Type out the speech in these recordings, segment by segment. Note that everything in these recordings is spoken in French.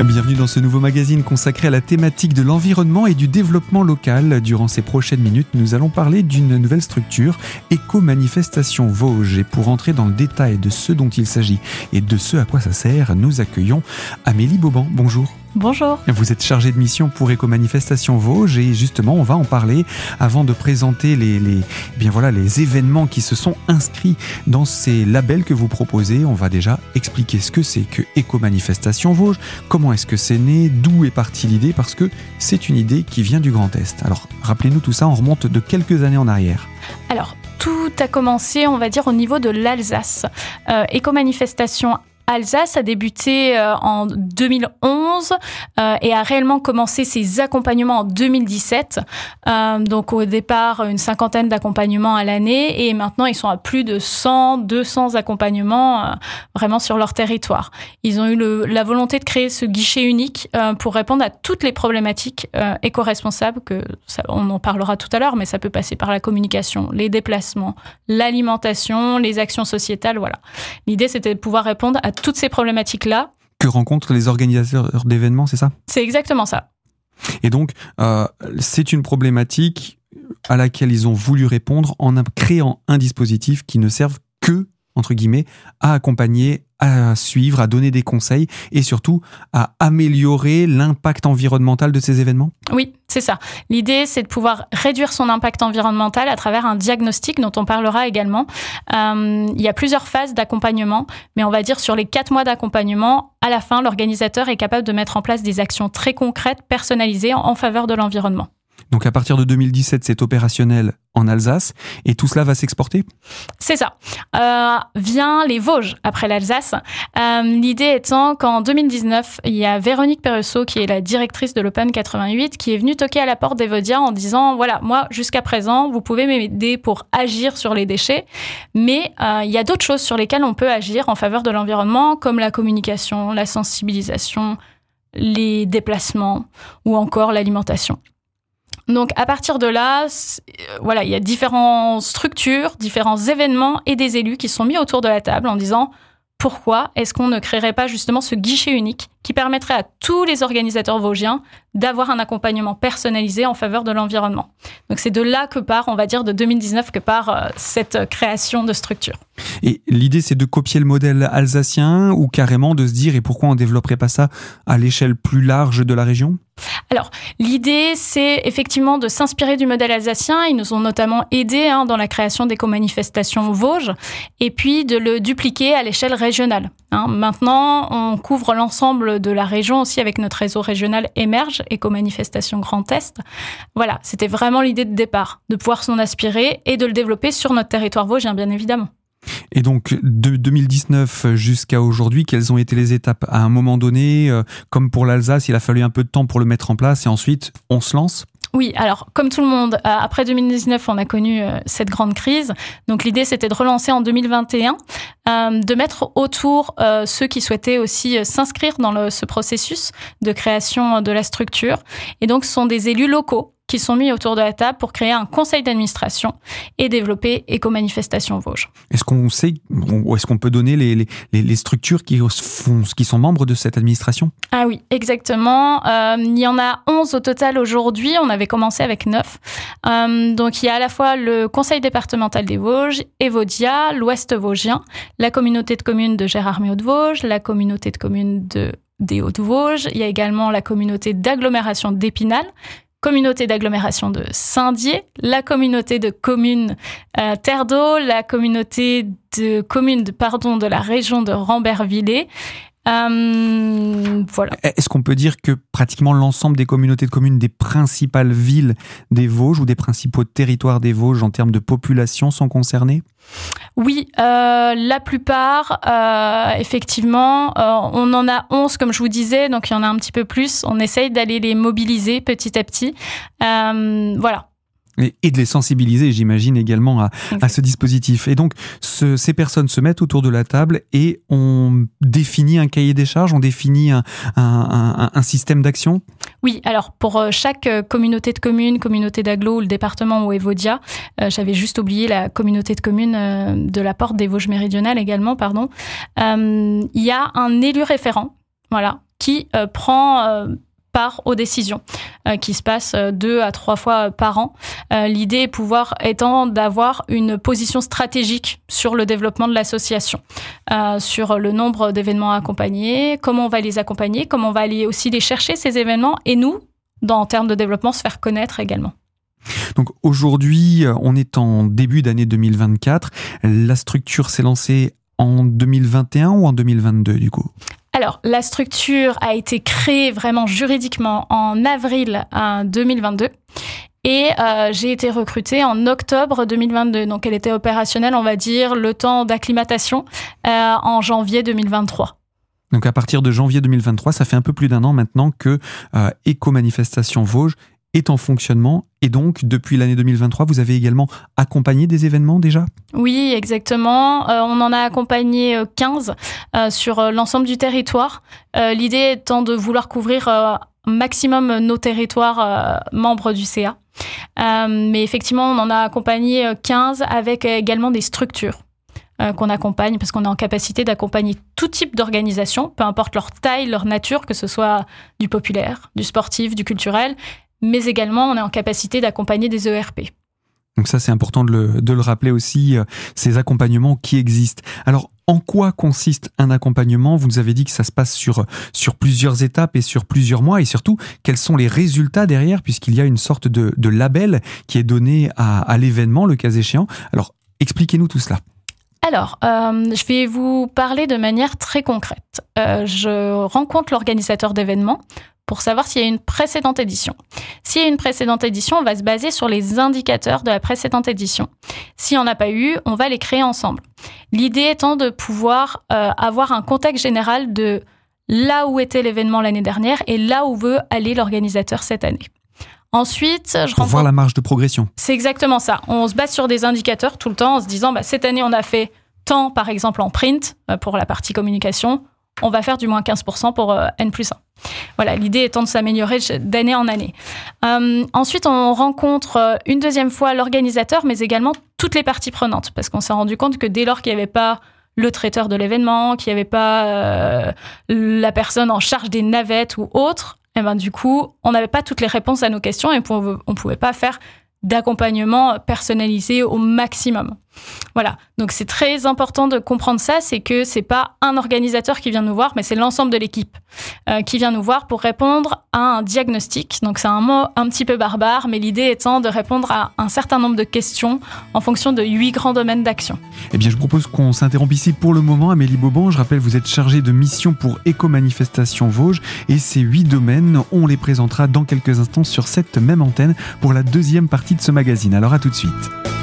Bienvenue dans ce nouveau magazine consacré à la thématique de l'environnement et du développement local. Durant ces prochaines minutes, nous allons parler d'une nouvelle structure, Éco-Manifestation Vosges. Et pour entrer dans le détail de ce dont il s'agit et de ce à quoi ça sert, nous accueillons Amélie Bauban. Bonjour. Bonjour. Vous êtes chargée de mission pour Éco-Manifestation Vosges et justement on va en parler avant de présenter les événements qui se sont inscrits dans ces labels que vous proposez. On va déjà expliquer ce que c'est que Éco-Manifestation Vosges, comment est-ce que c'est né, d'où est partie l'idée, parce que c'est une idée qui vient du Grand Est. Alors rappelez-nous tout ça, on remonte de quelques années en arrière. Alors tout a commencé, on va dire, au niveau de l'Alsace. Éco-Manifestation Alsace a débuté en 2011 et a réellement commencé ses accompagnements en 2017. Donc au départ, une cinquantaine d'accompagnements à l'année et maintenant ils sont à plus de 200 accompagnements vraiment sur leur territoire. Ils ont eu la volonté de créer ce guichet unique pour répondre à toutes les problématiques éco-responsables, on en parlera tout à l'heure, mais ça peut passer par la communication, les déplacements, l'alimentation, les actions sociétales, voilà. L'idée, c'était de pouvoir répondre à toutes ces problématiques-là. Que rencontrent les organisateurs d'événements, c'est ça ? C'est exactement ça. Et donc, c'est une problématique à laquelle ils ont voulu répondre en créant un dispositif qui ne serve que, entre guillemets, à accompagner, à suivre, à donner des conseils et surtout à améliorer l'impact environnemental de ces événements ? Oui, c'est ça. L'idée, c'est de pouvoir réduire son impact environnemental à travers un diagnostic dont on parlera également. Il y a plusieurs phases d'accompagnement, mais on va dire sur les 4 mois d'accompagnement, à la fin, l'organisateur est capable de mettre en place des actions très concrètes, personnalisées en faveur de l'environnement. Donc à partir de 2017, c'est opérationnel en Alsace et tout cela va s'exporter ? C'est ça. Vient les Vosges après l'Alsace. L'idée étant qu'en 2019, il y a Véronique Perrusseau, qui est la directrice de l'Open 88, qui est venue toquer à la porte d'Evodia en disant « Voilà, moi, jusqu'à présent, vous pouvez m'aider pour agir sur les déchets, mais il y a d'autres choses sur lesquelles on peut agir en faveur de l'environnement, comme la communication, la sensibilisation, les déplacements ou encore l'alimentation. » Donc, à partir de là, il y a différentes structures, différents événements et des élus qui sont mis autour de la table en disant pourquoi est-ce qu'on ne créerait pas justement ce guichet unique qui permettrait à tous les organisateurs vosgiens d'avoir un accompagnement personnalisé en faveur de l'environnement. Donc, c'est de là que part, on va dire, de 2019 que part cette création de structure. Et l'idée, c'est de copier le modèle alsacien ou carrément de se dire et pourquoi on ne développerait pas ça à l'échelle plus large de la région ? Alors, l'idée, c'est effectivement de s'inspirer du modèle alsacien. Ils nous ont notamment aidés dans la création d'Éco-Manifestation Vosges et puis de le dupliquer à l'échelle régionale. Maintenant, on couvre l'ensemble de la région aussi avec notre réseau régional Émerge, Éco-Manifestation Grand Est. Voilà, c'était vraiment l'idée de départ, de pouvoir s'en inspirer et de le développer sur notre territoire vosgien, bien évidemment. Et donc, de 2019 jusqu'à aujourd'hui, quelles ont été les étapes ? À un moment donné, comme pour l'Alsace, il a fallu un peu de temps pour le mettre en place et ensuite, on se lance ? Oui, alors comme tout le monde, après 2019, on a connu cette grande crise. Donc l'idée, c'était de relancer en 2021, de mettre autour ceux qui souhaitaient aussi s'inscrire dans ce processus de création de la structure. Et donc, ce sont des élus locaux qui sont mis autour de la table pour créer un conseil d'administration et développer Éco-Manifestation Vosges. Est-ce qu'on sait, ou est-ce qu'on peut donner les structures qui sont membres de cette administration ? Ah oui, exactement. Il y en a 11 au total aujourd'hui. On avait commencé avec 9. Donc, il y a à la fois le conseil départemental des Vosges, Evodia, l'Ouest vosgien, la communauté de communes de Gérardmer-Haute-Vosges, la communauté de communes des Hautes-Vosges. Il y a également la communauté d'agglomération d'Épinal, communauté d'agglomération de Saint-Dié, la communauté de communes Terre d'Eau, la communauté de communes de la région de Rambervillers. Voilà. Est-ce qu'on peut dire que pratiquement l'ensemble des communautés de communes des principales villes des Vosges ou des principaux territoires des Vosges en termes de population sont concernés ? Oui, la plupart, effectivement, on en a 11 comme je vous disais, donc il y en a un petit peu plus. On essaye d'aller les mobiliser petit à petit. Voilà. Et de les sensibiliser, j'imagine, également à ce dispositif. Et donc, ces personnes se mettent autour de la table et on définit un cahier des charges, on définit un système d'action ? Oui, alors pour chaque communauté de communes, communauté d'agglo, le département ou Evodia, j'avais juste oublié la communauté de communes de la Porte des Vosges méridionales également, il y a un élu référent, voilà, qui prend part aux décisions qui se passent 2 à 3 fois par an. L'idée étant d'avoir une position stratégique sur le développement de l'association, sur le nombre d'événements accompagnés, comment on va les accompagner, comment on va aller aussi les chercher, ces événements, et nous, en termes de développement, se faire connaître également. Donc aujourd'hui, on est en début d'année 2024. La structure s'est lancée en 2021 ou en 2022 du coup ? Alors, la structure a été créée vraiment juridiquement en avril 2022 et j'ai été recrutée en octobre 2022. Donc, elle était opérationnelle, on va dire, le temps d'acclimatation en janvier 2023. Donc, à partir de janvier 2023, ça fait un peu plus d'1 an maintenant que Éco-Manifestation Vosges est en fonctionnement. Et donc, depuis l'année 2023, vous avez également accompagné des événements déjà ? Oui, exactement. On en a accompagné 15 sur l'ensemble du territoire. L'idée étant de vouloir couvrir maximum nos territoires membres du CA. Mais effectivement, on en a accompagné 15 avec également des structures qu'on accompagne, parce qu'on est en capacité d'accompagner tout type d'organisation, peu importe leur taille, leur nature, que ce soit du populaire, du sportif, du culturel, mais également on est en capacité d'accompagner des ERP. Donc ça, c'est important de le rappeler aussi, ces accompagnements qui existent. Alors, en quoi consiste un accompagnement ? Vous nous avez dit que ça se passe sur plusieurs étapes et sur plusieurs mois, et surtout, quels sont les résultats derrière, puisqu'il y a une sorte de label qui est donné à l'événement, le cas échéant. Alors, expliquez-nous tout cela. Alors, je vais vous parler de manière très concrète. Je rencontre l'organisateur d'événements pour savoir s'il y a une précédente édition. S'il y a une précédente édition, on va se baser sur les indicateurs de la précédente édition. S'il n'y en a pas eu, on va les créer ensemble. L'idée étant de pouvoir avoir un contexte général de là où était l'événement l'année dernière et là où veut aller l'organisateur cette année. Ensuite, pour voir la marge de progression. C'est exactement ça. On se base sur des indicateurs tout le temps en se disant cette année, on a fait tant, par exemple, en print pour la partie communication. On va faire du moins 15% pour N+1. Voilà, l'idée étant de s'améliorer d'année en année. Ensuite, on rencontre une deuxième fois l'organisateur, mais également toutes les parties prenantes, parce qu'on s'est rendu compte que dès lors qu'il n'y avait pas le traiteur de l'événement, qu'il n'y avait pas la personne en charge des navettes ou autre, du coup, on n'avait pas toutes les réponses à nos questions et on ne pouvait pas faire d'accompagnement personnalisé au maximum. Voilà, donc c'est très important de comprendre ça, c'est que c'est pas un organisateur qui vient nous voir, mais c'est l'ensemble de l'équipe qui vient nous voir pour répondre à un diagnostic. Donc c'est un mot un petit peu barbare, mais l'idée étant de répondre à un certain nombre de questions en fonction de 8 grands domaines d'action. Eh bien, je propose qu'on s'interrompe ici pour le moment. Amélie Beauban, je rappelle, vous êtes chargée de mission pour Éco-Manifestation Vosges et ces 8 domaines, on les présentera dans quelques instants sur cette même antenne pour la deuxième partie de ce magazine. Alors à tout de suite.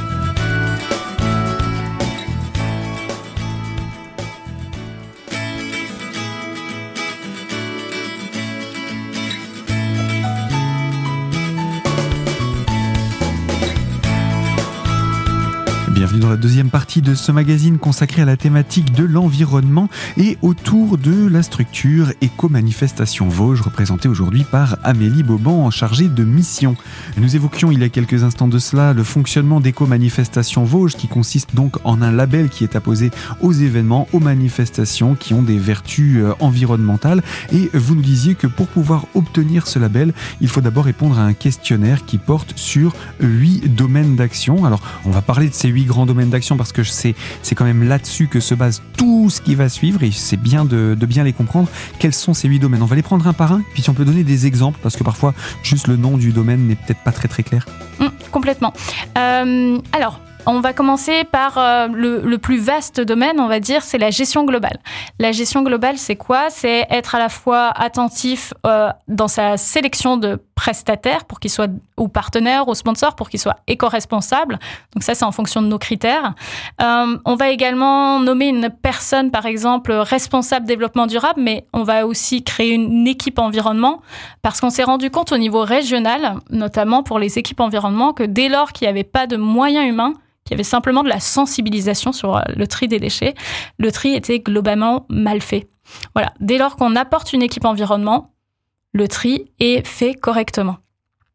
Bienvenue dans la deuxième partie de ce magazine consacré à la thématique de l'environnement et autour de la structure Éco-Manifestation Vosges, représentée aujourd'hui par Amélie Beauban, chargée de mission. Nous évoquions il y a quelques instants de cela le fonctionnement d'Éco-Manifestation Vosges, qui consiste donc en un label qui est apposé aux événements, aux manifestations qui ont des vertus environnementales. Et vous nous disiez que pour pouvoir obtenir ce label, il faut d'abord répondre à un questionnaire qui porte sur 8 domaines d'action. Alors, on va parler de ces 8 grands domaines d'action parce que c'est quand même là-dessus que se base tout ce qui va suivre et c'est bien de bien les comprendre. Quels sont ces 8 domaines ? On va les prendre un par un, puis si on peut donner des exemples, parce que parfois juste le nom du domaine n'est peut-être pas très clair. Complètement. Alors, on va commencer par le plus vaste domaine, on va dire, c'est la gestion globale. La gestion globale, c'est quoi ? C'est être à la fois attentif dans sa sélection de prestataires pour qu'ils soient, ou partenaires, ou sponsors pour qu'ils soient éco-responsables. Donc ça, c'est en fonction de nos critères. On va également nommer une personne, par exemple, responsable développement durable, mais on va aussi créer une équipe environnement parce qu'on s'est rendu compte au niveau régional, notamment pour les équipes environnement, que dès lors qu'il n'y avait pas de moyens humains, qu'il y avait simplement de la sensibilisation sur le tri des déchets, le tri était globalement mal fait. Voilà. Dès lors qu'on apporte une équipe environnement, le tri est fait correctement.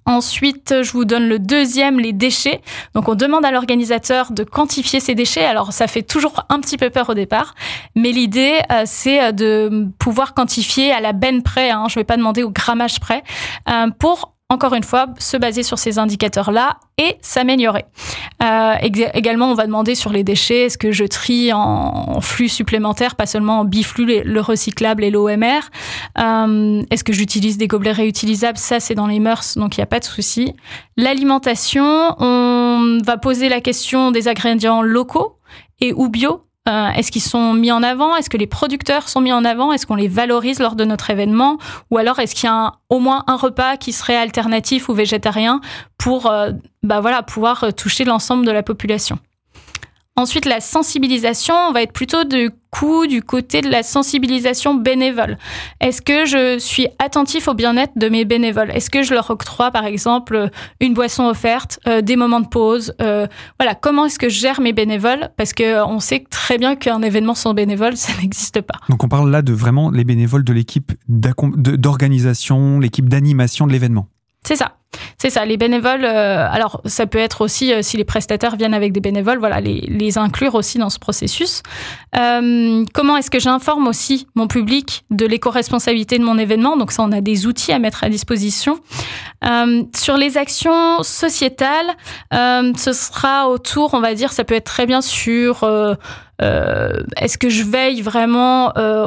Ensuite, je vous donne le deuxième, les déchets. Donc, on demande à l'organisateur de quantifier ses déchets. Alors, ça fait toujours un petit peu peur au départ, mais l'idée, c'est de pouvoir quantifier à la benne près. Je ne vais pas demander au grammage près, pour encore une fois, se baser sur ces indicateurs-là et s'améliorer. Également, on va demander sur les déchets, est-ce que je trie en flux supplémentaires, pas seulement en biflux, le recyclable et l'OMR. Est-ce que j'utilise des gobelets réutilisables? Ça, c'est dans les mœurs, donc il n'y a pas de souci. L'alimentation, on va poser la question des ingrédients locaux et ou bio. Est-ce qu'ils sont mis en avant? Est-ce que les producteurs sont mis en avant? Est-ce qu'on les valorise lors de notre événement? Ou alors est-ce qu'il y a au moins un repas qui serait alternatif ou végétarien pour pouvoir toucher l'ensemble de la population? Ensuite, la sensibilisation, on va être plutôt du côté de la sensibilisation bénévole. Est-ce que je suis attentif au bien-être de mes bénévoles? Est-ce que je leur octroie, par exemple, une boisson offerte, des moments de pause? Comment est-ce que je gère mes bénévoles? Parce qu'on sait très bien qu'un événement sans bénévoles, ça n'existe pas. Donc on parle là de vraiment les bénévoles de l'équipe d'organisation, l'équipe d'animation de l'événement. C'est ça, les bénévoles, alors ça peut être aussi, si les prestataires viennent avec des bénévoles, les inclure aussi dans ce processus. Comment est-ce que j'informe aussi mon public de l'éco-responsabilité de mon événement? Donc ça, on a des outils à mettre à disposition. Sur les actions sociétales, ce sera autour, on va dire, ça peut être très bien sur est-ce que je veille vraiment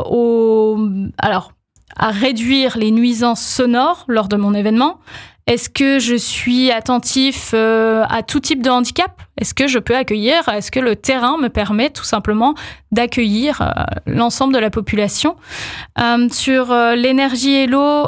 à réduire les nuisances sonores lors de mon événement? Est-ce que je suis attentif à tout type de handicap? Est-ce que je peux accueillir? Est-ce que le terrain me permet tout simplement d'accueillir l'ensemble de la population? Sur l'énergie et l'eau,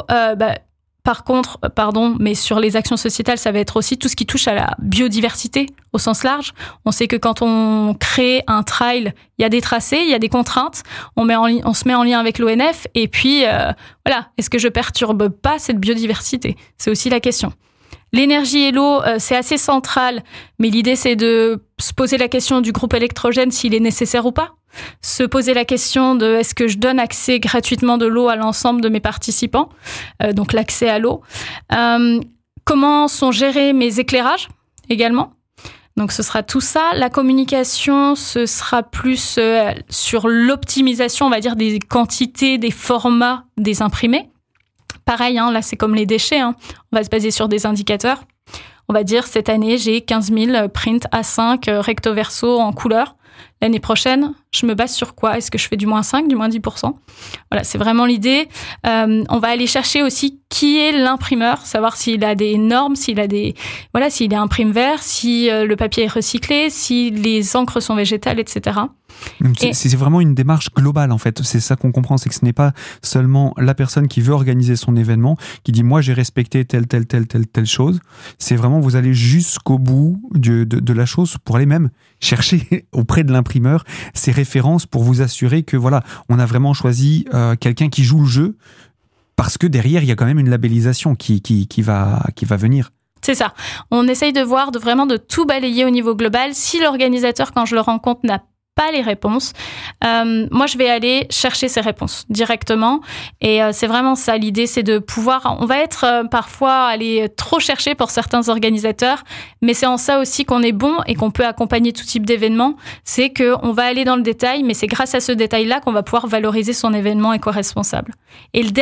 mais sur les actions sociétales, ça va être aussi tout ce qui touche à la biodiversité au sens large. On sait que quand on crée un trail, il y a des tracés, il y a des contraintes. On se met en lien avec l'ONF et puis est-ce que je perturbe pas cette biodiversité? C'est aussi la question. L'énergie et l'eau, c'est assez central, mais l'idée c'est de se poser la question du groupe électrogène s'il est nécessaire ou pas. Se poser la question de est-ce que je donne accès gratuitement de l'eau à l'ensemble de mes participants, donc l'accès à l'eau. Comment sont gérés mes éclairages également? Donc ce sera tout ça. La communication, ce sera plus sur l'optimisation, on va dire, des quantités, des formats des imprimés. Pareil, là c'est comme les déchets, on va se baser sur des indicateurs. On va dire cette année j'ai 15 000 prints A5 recto verso en couleur. L'année prochaine, je me base sur quoi? Est-ce que je fais du moins 5, du moins 10%? Voilà, c'est vraiment l'idée. On va aller chercher aussi qui est l'imprimeur, savoir s'il a des normes, s'il est imprime vert, si le papier est recyclé, si les encres sont végétales, etc. C'est vraiment une démarche globale en fait, c'est ça qu'on comprend, c'est que ce n'est pas seulement la personne qui veut organiser son événement qui dit moi j'ai respecté telle chose, c'est vraiment vous allez jusqu'au bout de la chose pour aller même chercher auprès de l'imprimeur ces références pour vous assurer que on a vraiment choisi quelqu'un qui joue le jeu parce que derrière il y a quand même une labellisation qui va venir. C'est ça. On essaye de voir, vraiment de tout balayer au niveau global. Si l'organisateur, quand je le rencontre, n'a pas les réponses, moi je vais aller chercher ces réponses directement et c'est vraiment ça l'idée, c'est de pouvoir, on va être parfois aller trop chercher pour certains organisateurs, mais c'est en ça aussi qu'on est bon et qu'on peut accompagner tout type d'événement, c'est qu'on va aller dans le détail, mais c'est grâce à ce détail-là qu'on va pouvoir valoriser son événement éco-responsable. Et le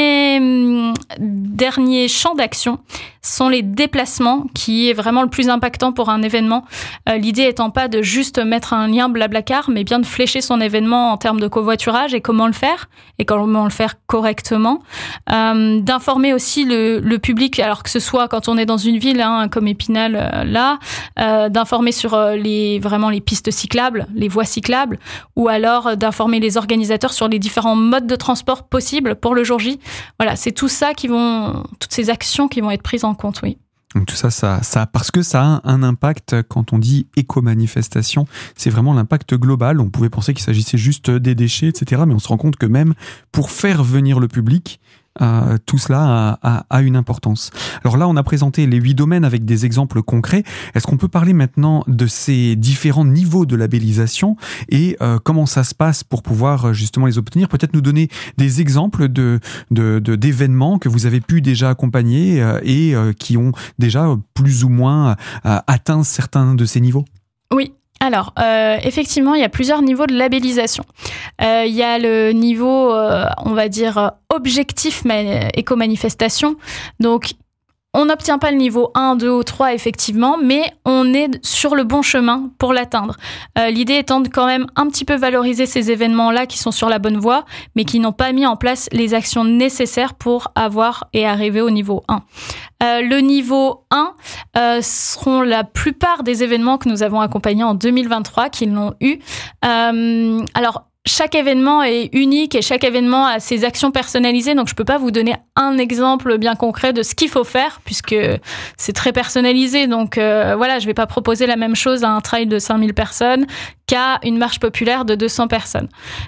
dernier champ d'action sont les déplacements, qui est vraiment le plus impactant pour un événement. L'idée étant pas de juste mettre un lien Blablacar, mais bien de flécher son événement en termes de covoiturage et comment le faire correctement. D'informer aussi le public, alors que ce soit quand on est dans une ville comme Épinal d'informer sur les pistes cyclables, les voies cyclables, ou alors d'informer les organisateurs sur les différents modes de transport possibles pour le jour J. Voilà, c'est tout ça toutes ces actions qui vont être prises en compte, oui. Donc tout ça, parce que ça a un impact, quand on dit éco-manifestation, c'est vraiment l'impact global. On pouvait penser qu'il s'agissait juste des déchets, etc. Mais on se rend compte que même pour faire venir le public, tout cela a une importance. Alors là, on a présenté les 8 domaines avec des exemples concrets. Est-ce qu'on peut parler maintenant de ces différents niveaux de labellisation et comment ça se passe pour pouvoir justement les obtenir? Peut-être nous donner des exemples d'événements que vous avez pu déjà accompagner et qui ont déjà plus ou moins atteint certains de ces niveaux? Oui. Alors, effectivement, il y a plusieurs niveaux de labellisation. Il y a le niveau, on va dire, objectif éco-manifestation. Donc, on n'obtient pas le niveau 1, 2 ou 3, effectivement, mais on est sur le bon chemin pour l'atteindre. L'idée étant de quand même un petit peu valoriser ces événements-là qui sont sur la bonne voie, mais qui n'ont pas mis en place les actions nécessaires pour avoir et arriver au niveau 1. Le niveau 1 seront la plupart des événements que nous avons accompagnés en 2023 qui l'ont eu. Alors, chaque événement est unique et chaque événement a ses actions personnalisées, donc je peux pas vous donner un exemple bien concret de ce qu'il faut faire puisque c'est très personnalisé. Donc voilà, je vais pas proposer la même chose à un trail de 5000 personnes qu'à une marche populaire de 200 personnes.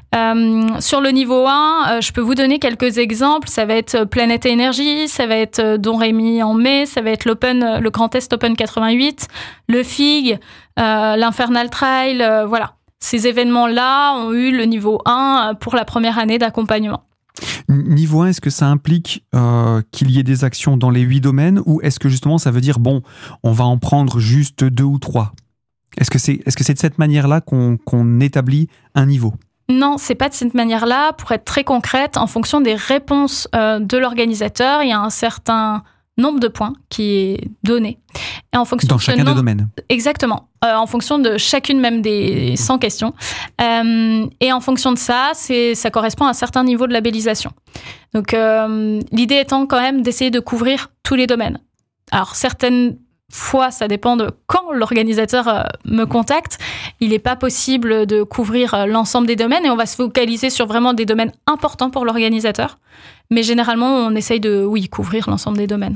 Sur le niveau 1, je peux vous donner quelques exemples. Ça va être Planète et Énergie, ça va être Don Rémy en mai, ça va être le Grand Est Open 88, le FIG, l'Infernal Trail, voilà. Ces événements-là ont eu le niveau 1 pour la première année d'accompagnement. Niveau 1, est-ce que ça implique qu'il y ait des actions dans les 8 domaines ou est-ce que justement ça veut dire, bon, on va en prendre juste 2 ou 3 ? Est-ce que c'est de cette manière-là qu'on établit un niveau ? Non, c'est pas de cette manière-là. Pour être très concrète, en fonction des réponses de l'organisateur, il y a un certain nombre de points qui est donné. Et en fonction dans chacun des domaines. Exactement. En fonction de chacune même des 100 questions. Et en fonction de ça, ça correspond à un certain niveau de labellisation. Donc, l'idée étant quand même d'essayer de couvrir tous les domaines. Alors, certaines fois, ça dépend de quand l'organisateur me contacte. Il n'est pas possible de couvrir l'ensemble des domaines et on va se focaliser sur vraiment des domaines importants pour l'organisateur. Mais généralement, on essaye de, couvrir l'ensemble des domaines.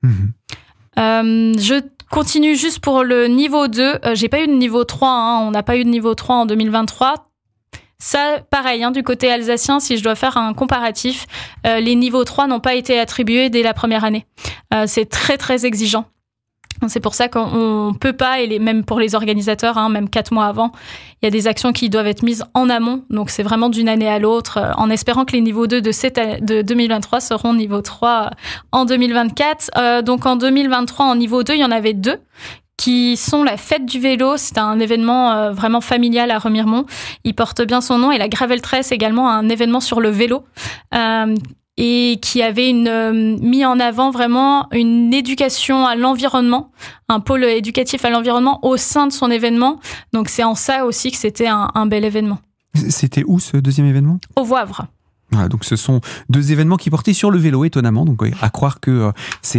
Je continue juste pour le niveau 2. J'ai pas eu de niveau 3. On n'a pas eu de niveau 3 en 2023. Ça, pareil, du côté alsacien, si je dois faire un comparatif, les niveaux 3 n'ont pas été attribués dès la première année. C'est très, très exigeant. C'est pour ça qu'on peut pas, et même pour les organisateurs, même 4 mois avant, il y a des actions qui doivent être mises en amont. Donc, c'est vraiment d'une année à l'autre, en espérant que les niveaux 2 de 2023 seront niveau 3 en 2024. Donc, en 2023, en niveau 2, il y en avait 2 qui sont la fête du vélo. C'est un événement vraiment familial à Remiremont. Il porte bien son nom. Et la Gravel Tresse également, un événement sur le vélo. Et qui avait mis en avant vraiment une éducation à l'environnement, un pôle éducatif à l'environnement au sein de son événement. Donc c'est en ça aussi que c'était un bel événement. C'était où ce deuxième événement ? Au Voivre. Voilà, donc ce sont 2 événements qui portaient sur le vélo, étonnamment. Donc à croire que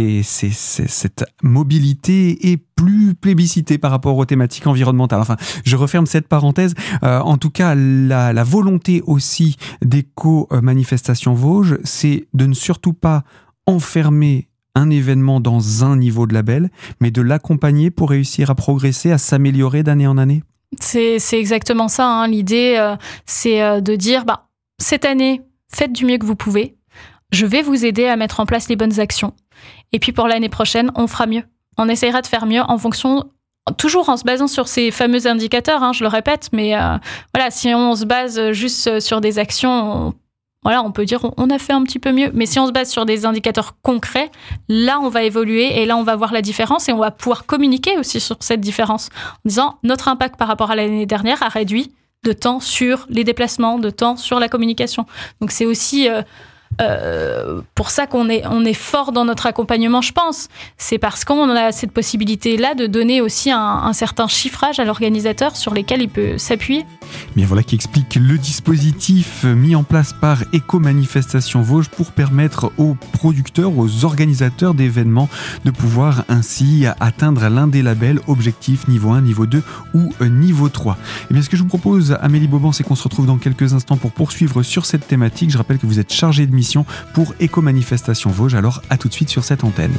cette mobilité est plus plébiscitée par rapport aux thématiques environnementales. Enfin, je referme cette parenthèse. En tout cas, la volonté aussi d'éco-manifestation Vosges, c'est de ne surtout pas enfermer un événement dans un niveau de label, mais de l'accompagner pour réussir à progresser, à s'améliorer d'année en année. C'est exactement ça. L'idée, c'est de dire, cette année, faites du mieux que vous pouvez. Je vais vous aider à mettre en place les bonnes actions. Et puis pour l'année prochaine, on fera mieux. On essaiera de faire mieux en fonction, toujours en se basant sur ces fameux indicateurs, je le répète, mais voilà, si on se base juste sur des actions, on peut dire on a fait un petit peu mieux. Mais si on se base sur des indicateurs concrets, là, on va évoluer et là, on va voir la différence et on va pouvoir communiquer aussi sur cette différence en disant notre impact par rapport à l'année dernière a réduit de temps sur les déplacements, de temps sur la communication. Donc c'est aussi pour ça qu'on est fort dans notre accompagnement, je pense. C'est parce qu'on a cette possibilité-là de donner aussi un certain chiffrage à l'organisateur sur lesquels il peut s'appuyer. Bien voilà qui explique le dispositif mis en place par Éco-Manifestation Vosges pour permettre aux producteurs, aux organisateurs d'événements de pouvoir ainsi atteindre l'un des labels objectifs niveau 1, niveau 2 ou niveau 3. Et bien ce que je vous propose, Amélie Bauban, c'est qu'on se retrouve dans quelques instants pour poursuivre sur cette thématique. Je rappelle que vous êtes chargée de mission pour Éco-Manifestation Vosges, alors à tout de suite sur cette antenne.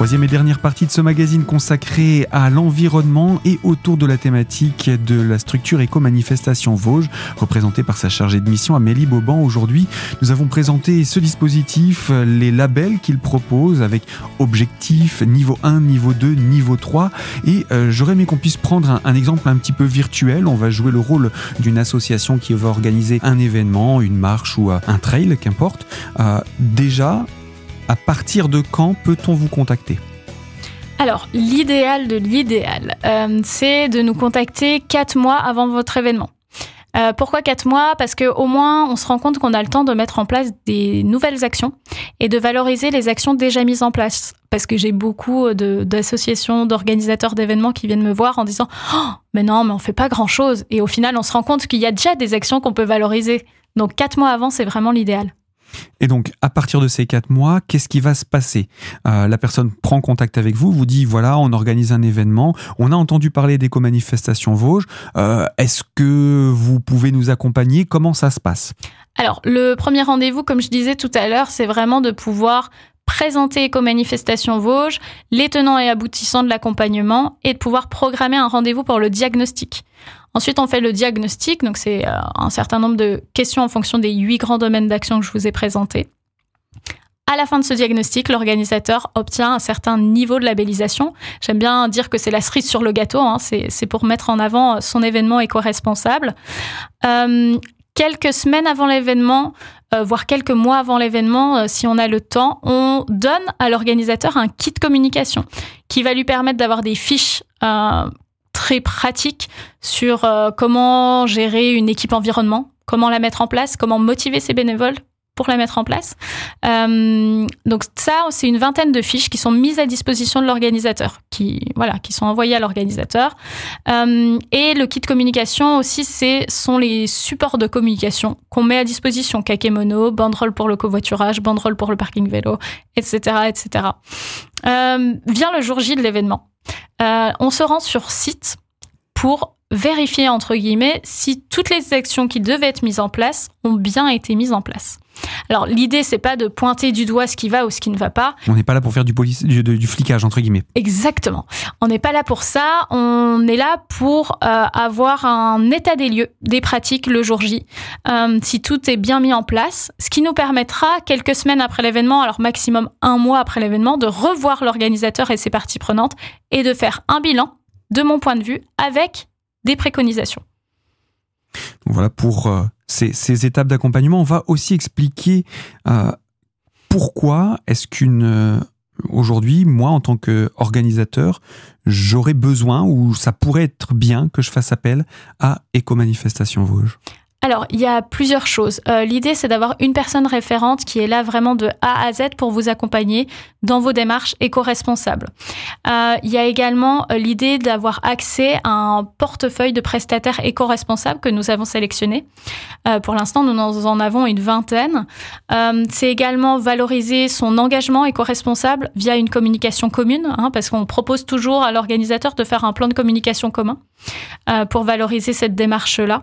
Troisième et dernière partie de ce magazine consacré à l'environnement et autour de la thématique de la structure Éco-Manifestation Vosges, représentée par sa chargée de mission Amélie Bauban. Aujourd'hui, nous avons présenté ce dispositif, les labels qu'il propose avec objectifs, niveau 1, niveau 2, niveau 3. Et j'aurais aimé qu'on puisse prendre un exemple un petit peu virtuel. On va jouer le rôle d'une association qui va organiser un événement, une marche ou un trail, qu'importe. Déjà, à partir de quand peut-on vous contacter ? Alors, l'idéal de l'idéal, c'est de nous contacter 4 mois avant votre événement. Pourquoi 4 mois ? Parce qu'au moins, on se rend compte qu'on a le temps de mettre en place des nouvelles actions et de valoriser les actions déjà mises en place. Parce que j'ai beaucoup d'associations, d'organisateurs d'événements qui viennent me voir en disant « Oh, mais non, mais on fait pas grand-chose ». Et au final, on se rend compte qu'il y a déjà des actions qu'on peut valoriser. Donc, 4 mois avant, c'est vraiment l'idéal. Et donc, à partir de ces 4 mois, qu'est-ce qui va se passer ? La personne prend contact avec vous, vous dit, voilà, on organise un événement, on a entendu parler d'Éco-Manifestation Vosges, est-ce que vous pouvez nous accompagner ? Comment ça se passe ? Alors, le premier rendez-vous, comme je disais tout à l'heure, c'est vraiment de pouvoir présenter Éco-Manifestation Vosges, les tenants et aboutissants de l'accompagnement et de pouvoir programmer un rendez-vous pour le diagnostic. Ensuite, on fait le diagnostic, donc c'est un certain nombre de questions en fonction des 8 grands domaines d'action que je vous ai présentés. À la fin de ce diagnostic, l'organisateur obtient un certain niveau de labellisation. J'aime bien dire que c'est la cerise sur le gâteau, hein, c'est pour mettre en avant son événement éco-responsable. Quelques semaines avant l'événement, voire quelques mois avant l'événement, si on a le temps, on donne à l'organisateur un kit communication qui va lui permettre d'avoir des fiches très pratiques sur comment gérer une équipe environnement, comment la mettre en place, comment motiver ses bénévoles pour la mettre en place. Donc ça, c'est une vingtaine de fiches qui sont mises à disposition de l'organisateur, qui sont envoyées à l'organisateur. Et le kit communication aussi, sont les supports de communication qu'on met à disposition, kakémono, banderole pour le covoiturage, banderole pour le parking vélo, etc., etc. Vient le jour J de l'événement. On se rend sur site pour vérifier, entre guillemets, si toutes les actions qui devaient être mises en place ont bien été mises en place. Alors, l'idée, c'est pas de pointer du doigt ce qui va ou ce qui ne va pas. On n'est pas là pour faire du flicage, entre guillemets. Exactement. On n'est pas là pour ça. On est là pour avoir un état des lieux, des pratiques le jour J, si tout est bien mis en place, ce qui nous permettra, quelques semaines après l'événement, alors maximum 1 mois après l'événement, de revoir l'organisateur et ses parties prenantes et de faire un bilan, de mon point de vue, avec des préconisations. Donc voilà pour ces étapes d'accompagnement. On va aussi expliquer pourquoi est-ce aujourd'hui, moi, en tant qu'organisateur, j'aurais besoin ou ça pourrait être bien que je fasse appel à Éco-Manifestation Vosges. Alors, il y a plusieurs choses. L'idée, c'est d'avoir une personne référente qui est là vraiment de A à Z pour vous accompagner dans vos démarches éco-responsables. Il y a également l'idée d'avoir accès à un portefeuille de prestataires éco-responsables que nous avons sélectionné. Pour l'instant, nous en avons une vingtaine. C'est également valoriser son engagement éco-responsable via une communication commune, parce qu'on propose toujours à l'organisateur de faire un plan de communication commun pour valoriser cette démarche-là.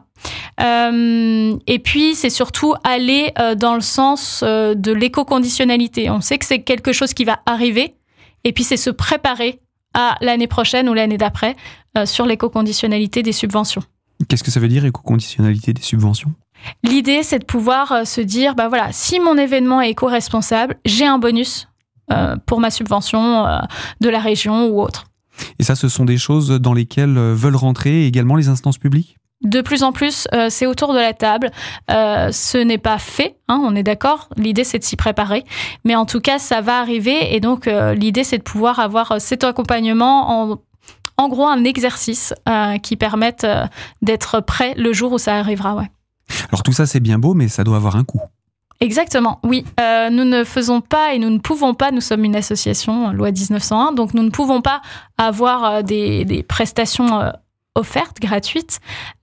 Et puis, c'est surtout aller dans le sens de l'éco-conditionnalité. On sait que c'est quelque chose qui va arriver, et puis c'est se préparer à l'année prochaine ou l'année d'après sur l'éco-conditionnalité des subventions. Qu'est-ce que ça veut dire, éco-conditionnalité des subventions ? L'idée, c'est de pouvoir se dire, si mon événement est éco-responsable, j'ai un bonus pour ma subvention de la région ou autre. Et ça, ce sont des choses dans lesquelles veulent rentrer également les instances publiques ? De plus en plus, c'est autour de la table. Ce n'est pas fait, on est d'accord. L'idée, c'est de s'y préparer. Mais en tout cas, ça va arriver. Et donc, l'idée, c'est de pouvoir avoir cet accompagnement, en gros, un exercice qui permette d'être prêt le jour où ça arrivera. Ouais. Alors, tout ça, c'est bien beau, mais ça doit avoir un coût. Exactement, oui. Nous ne faisons pas et nous ne pouvons pas, nous sommes une association, loi 1901, donc nous ne pouvons pas avoir des prestations offertes, gratuites.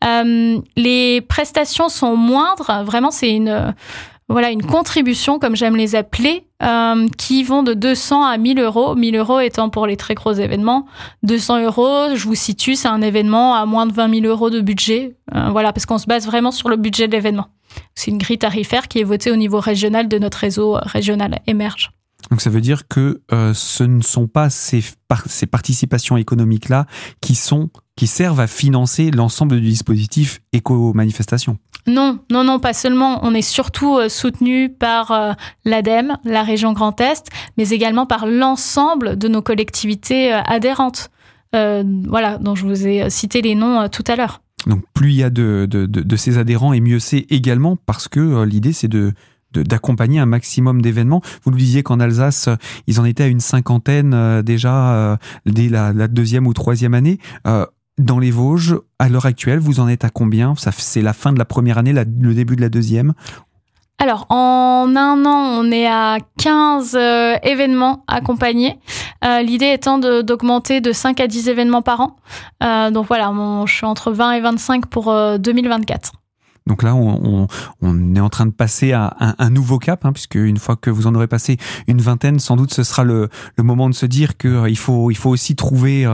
Les prestations sont moindres, vraiment c'est une contribution, comme j'aime les appeler, qui vont de 200 à 1000 euros. 1000 euros étant pour les très gros événements. 200 euros, je vous situe, c'est un événement à moins de 20 000 euros de budget. Parce qu'on se base vraiment sur le budget de l'événement. C'est une grille tarifaire qui est votée au niveau régional de notre réseau régional Émerge. Donc ça veut dire que ce ne sont pas ces participations économiques-là qui servent à financer l'ensemble du dispositif éco-manifestation. Non, pas seulement. On est surtout soutenu par l'ADEME, la région Grand Est, mais également par l'ensemble de nos collectivités adhérentes. Dont je vous ai cité les noms tout à l'heure. Donc plus il y a de ces adhérents et mieux c'est également, parce que l'idée c'est d'accompagner un maximum d'événements. Vous nous disiez qu'en Alsace, ils en étaient à une 50aine déjà dès la 2e ou 3e année. Dans les Vosges, à l'heure actuelle, vous en êtes à combien ? C'est la fin de la première année, le début de la deuxième ? Alors, en un an, on est à 15 événements accompagnés. L'idée étant d'augmenter de 5 à 10 événements par an. Donc voilà, je suis entre 20 et 25 pour 2024. Donc là, on est en train de passer à un nouveau cap, puisque une fois que vous en aurez passé une vingtaine, sans doute ce sera le moment de se dire qu'il faut aussi trouver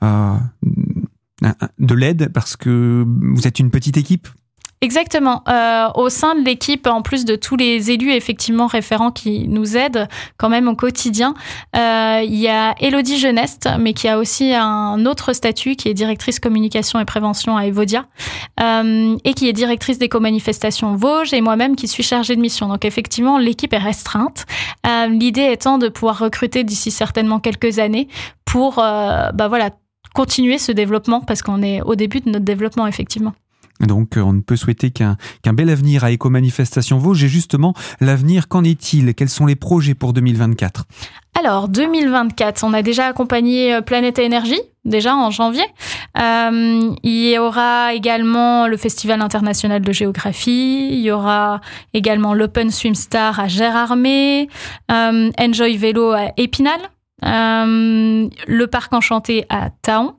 de l'aide, parce que vous êtes une petite équipe. Exactement. Au sein de l'équipe, en plus de tous les élus effectivement référents qui nous aident quand même au quotidien, il y a Élodie Geneste, mais qui a aussi un autre statut, qui est directrice communication et prévention à Evodia, et qui est directrice d'éco-manifestation Vosges, et moi-même qui suis chargée de mission. Donc effectivement, l'équipe est restreinte. L'idée étant de pouvoir recruter d'ici certainement quelques années pour continuer ce développement, parce qu'on est au début de notre développement effectivement. Donc, on ne peut souhaiter qu'un bel avenir à Éco-Manifestation Vosges. Et justement, l'avenir, qu'en est-il ? Quels sont les projets pour 2024 ? Alors, 2024, on a déjà accompagné Planète à Énergie, déjà en janvier. Il y aura également le Festival international de géographie. Il y aura également l'Open Swim Star à Gérardmer, Enjoy Vélo à Épinal, le Parc Enchanté à Thaon.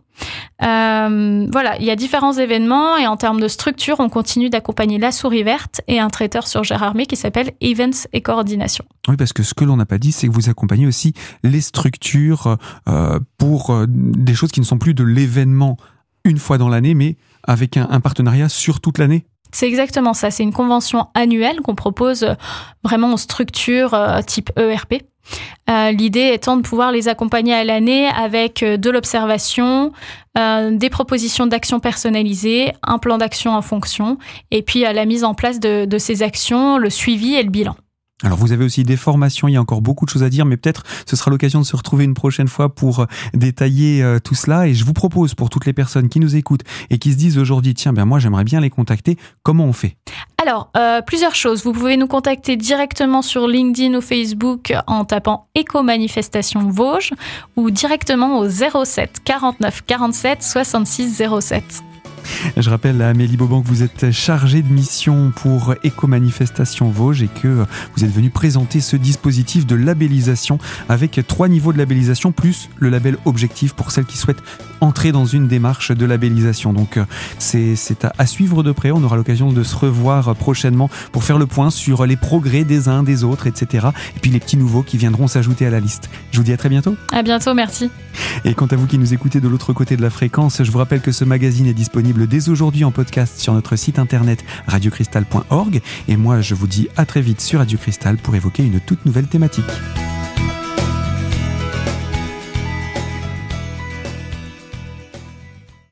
Il y a différents événements, et en termes de structure, on continue d'accompagner la Souris Verte et un traiteur sur Gérardmer qui s'appelle Events et Coordination. Oui, parce que ce que l'on n'a pas dit, c'est que vous accompagnez aussi les structures pour des choses qui ne sont plus de l'événement une fois dans l'année, mais avec un partenariat sur toute l'année. C'est exactement ça. C'est une convention annuelle qu'on propose vraiment aux structures type ERP. L'idée étant de pouvoir les accompagner à l'année avec de l'observation, des propositions d'actions personnalisées, un plan d'action en fonction, et puis la mise en place de ces actions, le suivi et le bilan. Alors vous avez aussi des formations, il y a encore beaucoup de choses à dire, mais peut-être ce sera l'occasion de se retrouver une prochaine fois pour détailler tout cela. Et je vous propose, pour toutes les personnes qui nous écoutent et qui se disent aujourd'hui, tiens, moi j'aimerais bien les contacter, comment on fait ? Alors, plusieurs choses. Vous pouvez nous contacter directement sur LinkedIn ou Facebook en tapant Éco-Manifestation Vosges, ou directement au 07 49 47 66 07. Je rappelle à Amélie Bauban que vous êtes chargée de mission pour Éco-Manifestation Vosges et que vous êtes venue présenter ce dispositif de labellisation avec 3 niveaux de labellisation plus le label objectif pour celles qui souhaitent entrer dans une démarche de labellisation. Donc c'est à suivre de près. On aura l'occasion de se revoir prochainement pour faire le point sur les progrès des uns, des autres, etc. Et puis les petits nouveaux qui viendront s'ajouter à la liste. Je vous dis à très bientôt. À bientôt, merci. Et quant à vous qui nous écoutez de l'autre côté de la fréquence, je vous rappelle que ce magazine est disponible dès aujourd'hui en podcast sur notre site internet radiocristal.org. Et moi, je vous dis à très vite sur Radio Cristal pour évoquer une toute nouvelle thématique.